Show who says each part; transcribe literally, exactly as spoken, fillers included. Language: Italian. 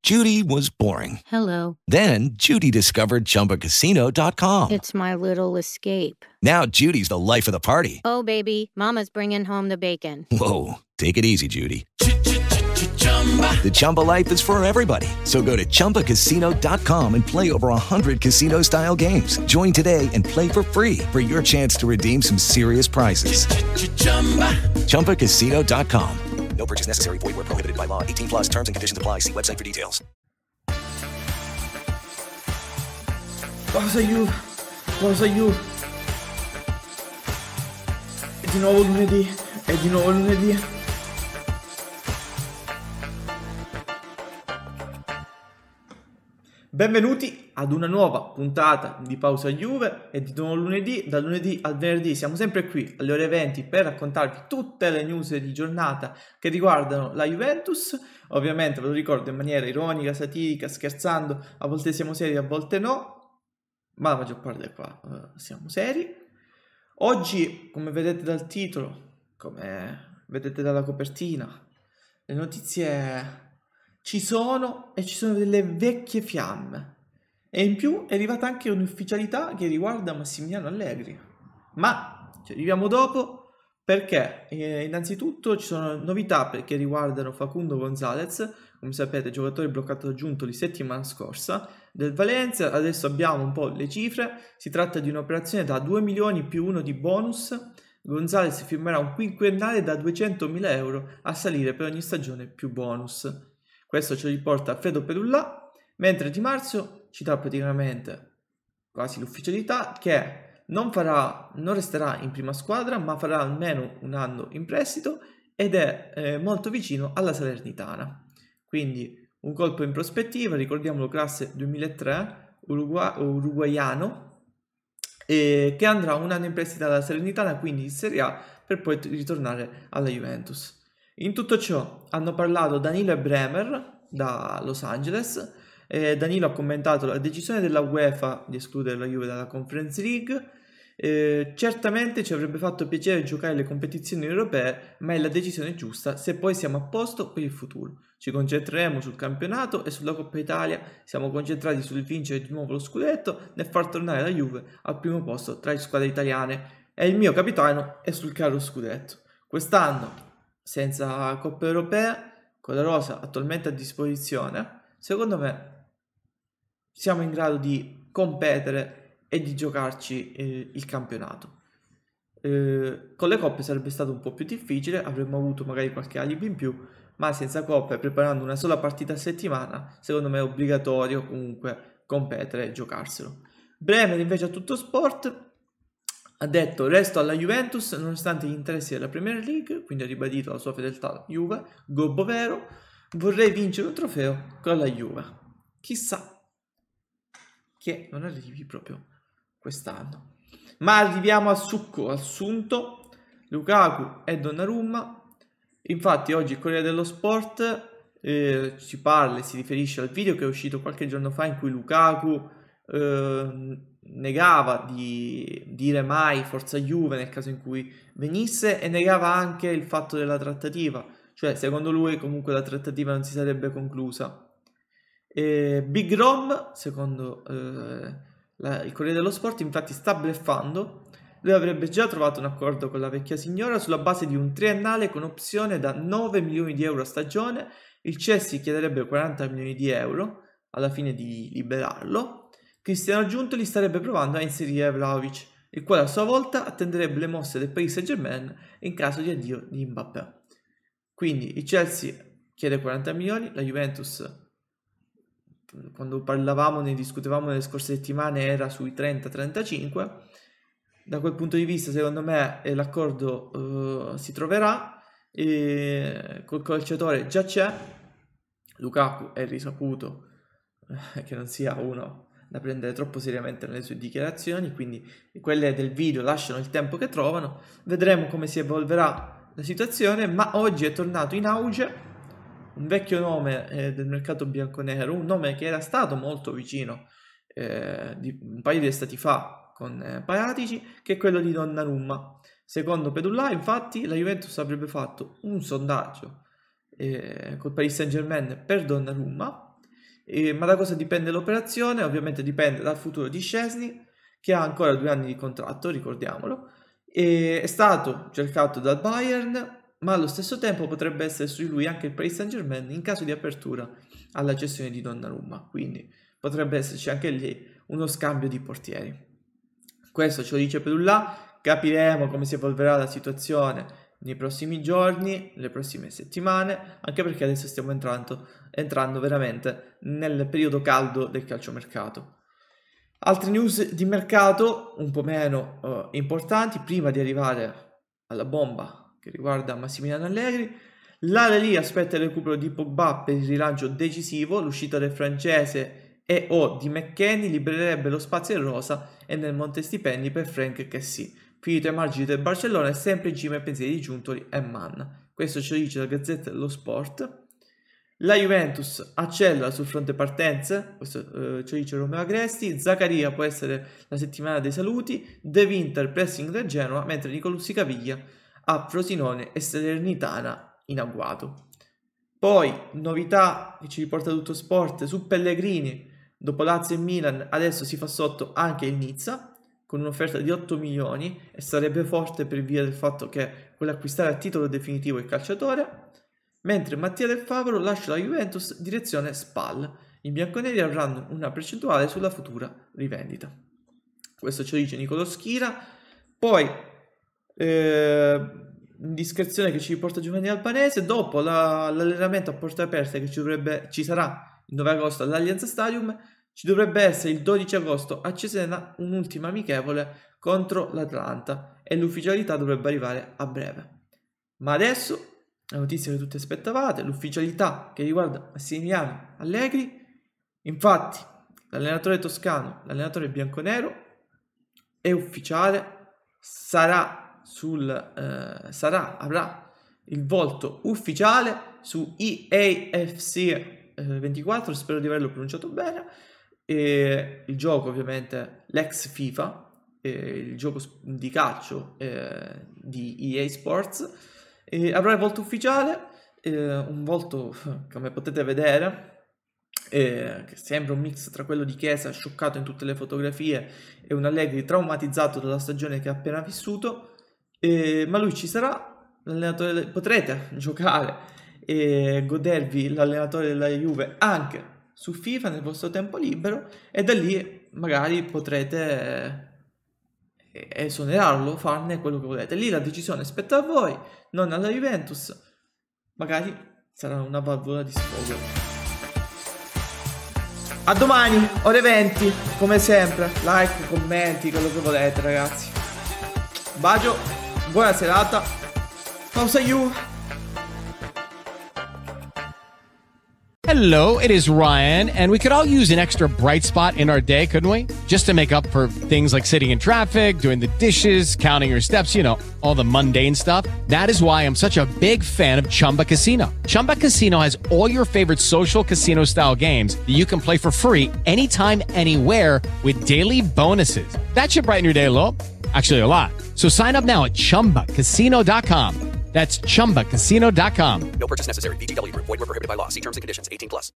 Speaker 1: Judy was boring.
Speaker 2: Hello.
Speaker 1: Then Judy discovered Chumba Casino dot com.
Speaker 2: It's my little escape.
Speaker 1: Now Judy's the life of the party.
Speaker 2: Oh, baby, mama's bringing home the bacon.
Speaker 1: Whoa, take it easy, Judy. The Chumba life is for everybody. So go to Chumba Casino dot com and play over one hundred casino-style games. Join today and play for free for your chance to redeem some serious prizes. Chumba Casino dot com. No purchase necessary. Void where prohibited by law. eighteen plus terms and conditions apply. See website for details.
Speaker 3: Pausa Juve, pausa Juve. È di nuovo lunedì, è di nuovo lunedì. Benvenuti ad una nuova puntata di Pausa Juve. È di nuovo lunedì, da lunedì al venerdì siamo sempre qui alle ore venti per raccontarvi tutte le news di giornata che riguardano la Juventus. Ovviamente ve lo ricordo in maniera ironica, satirica, scherzando, a volte siamo seri, a volte no, ma la maggior parte qua uh, siamo seri. Oggi, come vedete dal titolo, come vedete dalla copertina, le notizie ci sono e ci sono delle vecchie fiamme. E in più è arrivata anche un'ufficialità che riguarda Massimiliano Allegri. Ma ci arriviamo dopo perché eh, innanzitutto ci sono novità perché riguardano Facundo Gonzalez, come sapete giocatore bloccato da Giuntoli settimana scorsa, del Valencia. Adesso abbiamo un po' le cifre, si tratta di un'operazione da due milioni più uno di bonus. Gonzalez firmerà un quinquennale da duecentomila euro a salire per ogni stagione più bonus. Questo ci riporta Alfredo Perullà, mentre Di Marzio ci dà praticamente quasi l'ufficialità che non, farà, non resterà in prima squadra, ma farà almeno un anno in prestito ed è eh, molto vicino alla Salernitana. Quindi un colpo in prospettiva, ricordiamolo, classe duemilatré, Urugu- uruguaiano, eh, che andrà un anno in prestito alla Salernitana, quindi in Serie A, per poi ritornare alla Juventus. In tutto ciò hanno parlato Danilo e Bremer da Los Angeles. Eh, Danilo ha commentato la decisione della UEFA di escludere la Juve dalla Conference League. Eh, certamente ci avrebbe fatto piacere giocare le competizioni europee, ma è la decisione giusta se poi siamo a posto per il futuro. Ci concentreremo sul campionato e sulla Coppa Italia. Siamo concentrati sul vincere di nuovo lo scudetto, nel far tornare la Juve al primo posto tra le squadre italiane. E il mio capitano è sul carro scudetto. Quest'anno, senza Coppa Europea, con la rosa attualmente a disposizione, secondo me siamo in grado di competere e di giocarci eh, il campionato. Eh, con le coppe sarebbe stato un po' più difficile, avremmo avuto magari qualche alibi in più, ma senza coppe, preparando una sola partita a settimana, secondo me è obbligatorio comunque competere e giocarselo. Bremer invece a Tutto Sport ha detto resto alla Juventus nonostante gli interessi della Premier League, quindi ha ribadito la sua fedeltà alla Juve. Gobbo vero, vorrei vincere un trofeo con la Juve. Chissà che non arrivi proprio quest'anno. Ma arriviamo al succo, al sunto. Lukaku e Donnarumma. Infatti oggi il Corriere dello Sport eh, ci parla e si riferisce al video che è uscito qualche giorno fa in cui Lukaku eh, negava di dire mai Forza Juve nel caso in cui venisse e negava anche il fatto della trattativa, cioè secondo lui comunque la trattativa non si sarebbe conclusa. E Big Rom, secondo eh, la, il Corriere dello Sport, infatti sta bluffando. Lui avrebbe già trovato un accordo con la vecchia signora sulla base di un triennale con opzione da nove milioni di euro a stagione. Il Chelsea chiederebbe quaranta milioni di euro alla fine di liberarlo. Cristiano Giuntoli starebbe provando a inserire Vlahovic, il quale a sua volta attenderebbe le mosse del Paris Saint-Germain in caso di addio di Mbappé. Quindi il Chelsea chiede quaranta milioni, la Juventus, quando parlavamo, ne discutevamo nelle scorse settimane, era sui trenta trentacinque. Da quel punto di vista, secondo me, l'accordo uh, si troverà, e col calciatore già c'è. Lukaku è risaputo eh, che non sia uno da prendere troppo seriamente nelle sue dichiarazioni, quindi quelle del video lasciano il tempo che trovano. Vedremo come si evolverà la situazione, ma oggi è tornato in auge un vecchio nome eh, del mercato bianconero, un nome che era stato molto vicino eh, di, un paio di estati fa con eh, Paratici, che è quello di Donnarumma. Secondo Pedulla, infatti, la Juventus avrebbe fatto un sondaggio eh, col Paris Saint-Germain per Donnarumma, Eh, ma da cosa dipende l'operazione? Ovviamente dipende dal futuro di Szczęsny, che ha ancora due anni di contratto, ricordiamolo. E è stato cercato dal Bayern, ma allo stesso tempo potrebbe essere su di lui anche il Paris Saint-Germain in caso di apertura alla cessione di Donnarumma, quindi potrebbe esserci anche lì uno scambio di portieri. Questo ce lo dice Pedulla, capiremo come si evolverà la situazione nei prossimi giorni, le prossime settimane, anche perché adesso stiamo entrando, entrando veramente nel periodo caldo del calciomercato. Altre news di mercato un po' meno uh, importanti, prima di arrivare alla bomba che riguarda Massimiliano Allegri. La Lali aspetta il recupero di Pogba per il rilancio decisivo. L'uscita del francese e o di McKennie libererebbe lo spazio in rosa e nel monte stipendi per Franck Kessié, finito ai margini del Barcellona e sempre in cima ai pensieri di Giuntoli e Mann. Questo ce lo dice la Gazzetta dello Sport. La Juventus accelera sul fronte partenze, questo eh, ce lo dice Romeo Agresti. Zaccaria può essere la settimana dei saluti. De Winter pressing del Genoa, mentre Nicolussi Caviglia a Frosinone e Salernitana in agguato. Poi novità che ci riporta Tutto Sport su Pellegrini. Dopo Lazio e Milan adesso si fa sotto anche il Nizza con un'offerta di otto milioni e sarebbe forte per via del fatto che vuole acquistare a titolo definitivo il calciatore. Mentre Mattia Del Favaro lascia la Juventus direzione Spal. I bianconeri avranno una percentuale sulla futura rivendita. Questo ce lo dice Nicolo Schira. Poi eh, indiscrezione che ci riporta Giovanni Albanese. Dopo la, l'allenamento a porte aperte che ci, dovrebbe, ci sarà il nove agosto all'Allianz Stadium, ci dovrebbe essere il dodici agosto a Cesena un'ultima amichevole contro l'Atalanta e l'ufficialità dovrebbe arrivare a breve. Ma adesso la notizia che tutti aspettavate, l'ufficialità che riguarda Massimiliano Allegri. Infatti l'allenatore toscano, l'allenatore bianconero è ufficiale, sarà sul eh, sarà avrà il volto ufficiale su E A F C eh, ventiquattro, spero di averlo pronunciato bene, e il gioco ovviamente l'ex FIFA, eh, il gioco di calcio eh, di E A Sports. E avrà il volto ufficiale, eh, un volto come potete vedere eh, che sembra un mix tra quello di Chiesa scioccato in tutte le fotografie e un Allegri traumatizzato dalla stagione che ha appena vissuto, eh, ma lui ci sarà, l'allenatore, potrete giocare e godervi l'allenatore della Juve anche su FIFA nel vostro tempo libero e da lì magari potrete eh, esonerarlo, farne quello che volete. Lì la decisione spetta a voi, non alla Juventus. Magari sarà una valvola di sfogo. A domani, ore venti, come sempre. Like, commenti, quello che volete, ragazzi. Bacio, buona serata. Pausa you.
Speaker 4: Hello, it is Ryan, and we could all use an extra bright spot in our day, couldn't we? Just to make up for things like sitting in traffic, doing the dishes, counting your steps, you know, all the mundane stuff. That is why I'm such a big fan of Chumba Casino. Chumba Casino has all your favorite social casino-style games that you can play for free anytime, anywhere with daily bonuses. That should brighten your day a little. Actually, a lot. So sign up now at chumba casino dot com. That's chumba casino dot com.
Speaker 5: No purchase necessary. V G W Group. Void where prohibited by law. See terms and conditions. eighteen plus.